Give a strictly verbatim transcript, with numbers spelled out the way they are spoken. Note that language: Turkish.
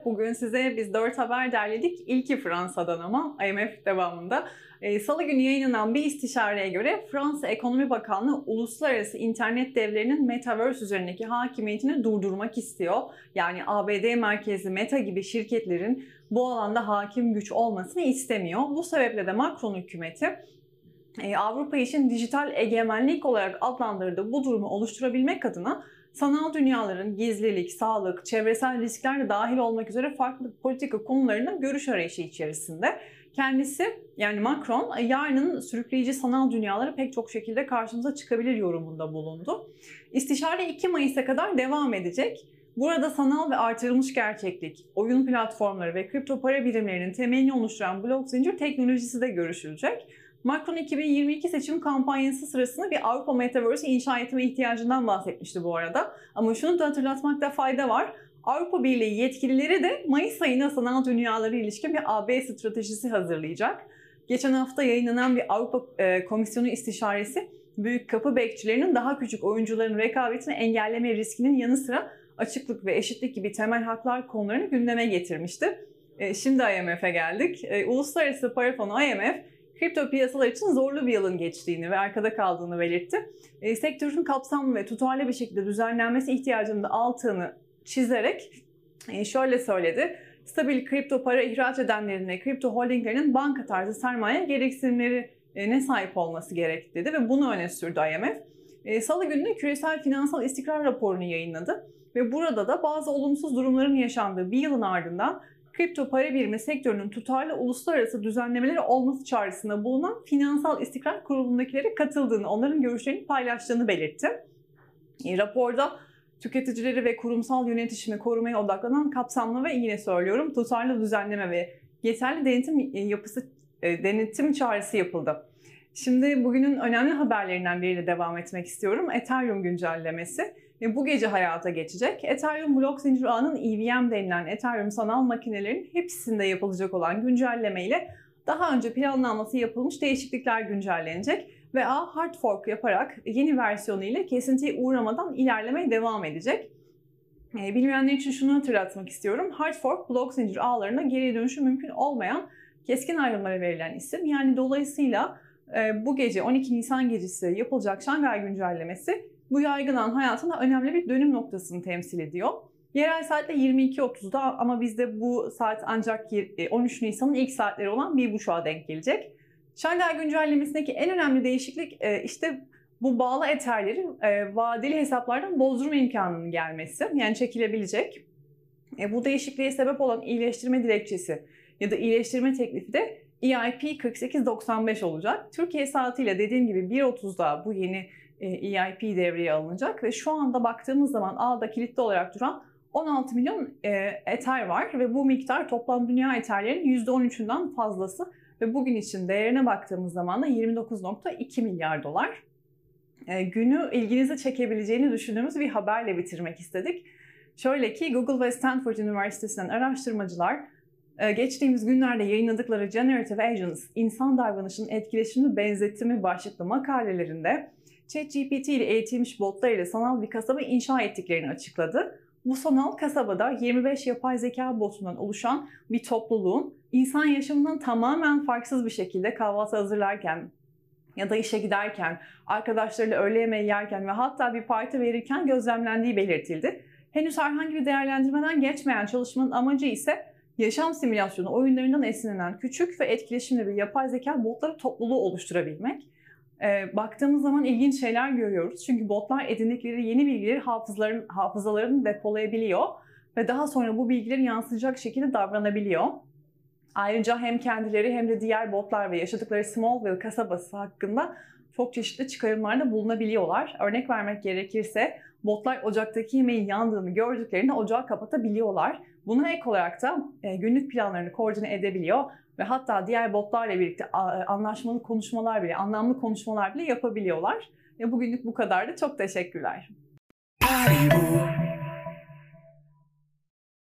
Bugün size biz dört haber derledik. İlki Fransa'dan ama I M F devamında. E, Salı günü yayınlanan bir istişareye göre Fransa Ekonomi Bakanlığı uluslararası internet devlerinin Metaverse üzerindeki hakimiyetini durdurmak istiyor. Yani A B D merkezli Meta gibi şirketlerin bu alanda hakim güç olmasını istemiyor. Bu sebeple de Macron hükümeti e, Avrupa için dijital egemenlik olarak adlandırdığı bu durumu oluşturabilmek adına sanal dünyaların gizlilik, sağlık, çevresel riskler de dahil olmak üzere farklı politika konularında görüş arayışı içerisinde. Kendisi yani Macron yarının sürükleyici sanal dünyaları pek çok şekilde karşımıza çıkabilir yorumunda bulundu. İstişare iki Mayıs'a kadar devam edecek. Burada sanal ve artırılmış gerçeklik, oyun platformları ve kripto para birimlerinin temelini oluşturan blok zincir teknolojisi de görüşülecek. Macron iki bin yirmi iki seçim kampanyası sırasında bir Avrupa Metaverse inşa etme ihtiyacından bahsetmişti bu arada. Ama şunu da hatırlatmakta fayda var. Avrupa Birliği yetkilileri de Mayıs ayına sanal dünyalara ilişkin bir A B stratejisi hazırlayacak. Geçen hafta yayınlanan bir Avrupa Komisyonu istişaresi büyük kapı bekçilerinin daha küçük oyuncuların rekabetini engelleme riskinin yanı sıra açıklık ve eşitlik gibi temel haklar konularını gündeme getirmişti. Şimdi I M F'e geldik. Uluslararası Para Fonu I M F, kripto piyasalar için zorlu bir yılın geçtiğini ve arkada kaldığını belirtti. E, sektörün kapsamlı ve tutarlı bir şekilde düzenlenmesi ihtiyacının da altını çizerek e, şöyle söyledi. Stabil kripto para ihraç edenlerin ve kripto holdinglerinin banka tarzı sermaye gereksinimlerine sahip olması gerek dedi ve bunu öne sürdü I M F. E, Salı günü küresel finansal istikrar raporunu yayınladı ve burada da bazı olumsuz durumların yaşandığı bir yılın ardından kripto para birimi sektörünün tutarlı uluslararası düzenlemeleri olması çağrısında bulunan Finansal İstikrar Kurulu'ndakilere katıldığını, onların görüşlerini paylaştığını belirtti. E, raporda tüketicileri ve kurumsal yönetişimi korumaya odaklanan kapsamlı ve yine söylüyorum tutarlı düzenleme ve yeterli denetim yapısı e, denetim çağrısı yapıldı. Şimdi bugünün önemli haberlerinden biriyle devam etmek istiyorum. Ethereum güncellemesi. Bu gece hayata geçecek. Ethereum blok zincir ağının E V M denilen Ethereum sanal makinelerin hepsinde yapılacak olan güncelleme ile daha önce planlanması yapılmış değişiklikler güncellenecek ve ağ hard fork yaparak yeni versiyonu ile kesintiye uğramadan ilerlemeye devam edecek. Bilmeyenler için şunu hatırlatmak istiyorum. Hard fork blok zincir ağlarına geri dönüşü mümkün olmayan keskin ayrımlara verilen isim. Yani dolayısıyla bu gece on iki Nisan gecesi yapılacak Şangay güncellemesi bu yaygınan hayatında önemli bir dönüm noktasını temsil ediyor. Yerel saatte yirmi iki otuzda ama bizde bu saat ancak on üç Nisan'ın ilk saatleri olan bir buçuğa denk gelecek. Şangay güncellemesindeki en önemli değişiklik işte bu bağlı etherlerin vadeli hesaplardan bozdurma imkanının gelmesi. Yani çekilebilecek. Bu değişikliğe sebep olan iyileştirme dilekçesi ya da iyileştirme teklifi de E I P kırk sekiz doksan beş olacak. Türkiye saatiyle dediğim gibi bir otuzda bu yeni E I P devreye alınacak ve şu anda baktığımız zaman ağda kilitli olarak duran on altı milyon Ether var ve bu miktar toplam dünya Ether'lerin yüzde on üçünden fazlası ve bugün için değerine baktığımız zaman da yirmi dokuz nokta iki milyar dolar. Günü ilginizi çekebileceğini düşündüğümüz bir haberle bitirmek istedik. Şöyle ki Google ve Stanford Üniversitesi'nden araştırmacılar geçtiğimiz günlerde yayınladıkları Generative Agents, insan davranışının etkileşimini benzetimi başlıklı makalelerinde ChatGPT ile eğitilmiş botlar ile sanal bir kasaba inşa ettiklerini açıkladı. Bu sanal kasabada yirmi beş yapay zeka botundan oluşan bir topluluğun insan yaşamından tamamen farksız bir şekilde kahvaltı hazırlarken ya da işe giderken, arkadaşlarıyla öğle yemeği yerken ve hatta bir parti verirken gözlemlendiği belirtildi. Henüz herhangi bir değerlendirmeden geçmeyen çalışmanın amacı ise yaşam simülasyonu oyunlarından esinlenen küçük ve etkileşimli bir yapay zeka botları topluluğu oluşturabilmek. E, baktığımız zaman ilginç şeyler görüyoruz. Çünkü botlar edindikleri yeni bilgileri hafızaların, hafızalarını depolayabiliyor ve daha sonra bu bilgileri yansıyacak şekilde davranabiliyor. Ayrıca hem kendileri hem de diğer botlar ve yaşadıkları Smallville kasabası hakkında çok çeşitli çıkarımlarda bulunabiliyorlar. Örnek vermek gerekirse botlar ocaktaki yemeğin yandığını gördüklerinde ocağı kapatabiliyorlar. Buna ek olarak da e, günlük planlarını koordine edebiliyor ve hatta diğer botlarla birlikte anlaşmalı konuşmalar bile, anlamlı konuşmalar bile yapabiliyorlar. E, bugünlük bu kadardı. Çok teşekkürler.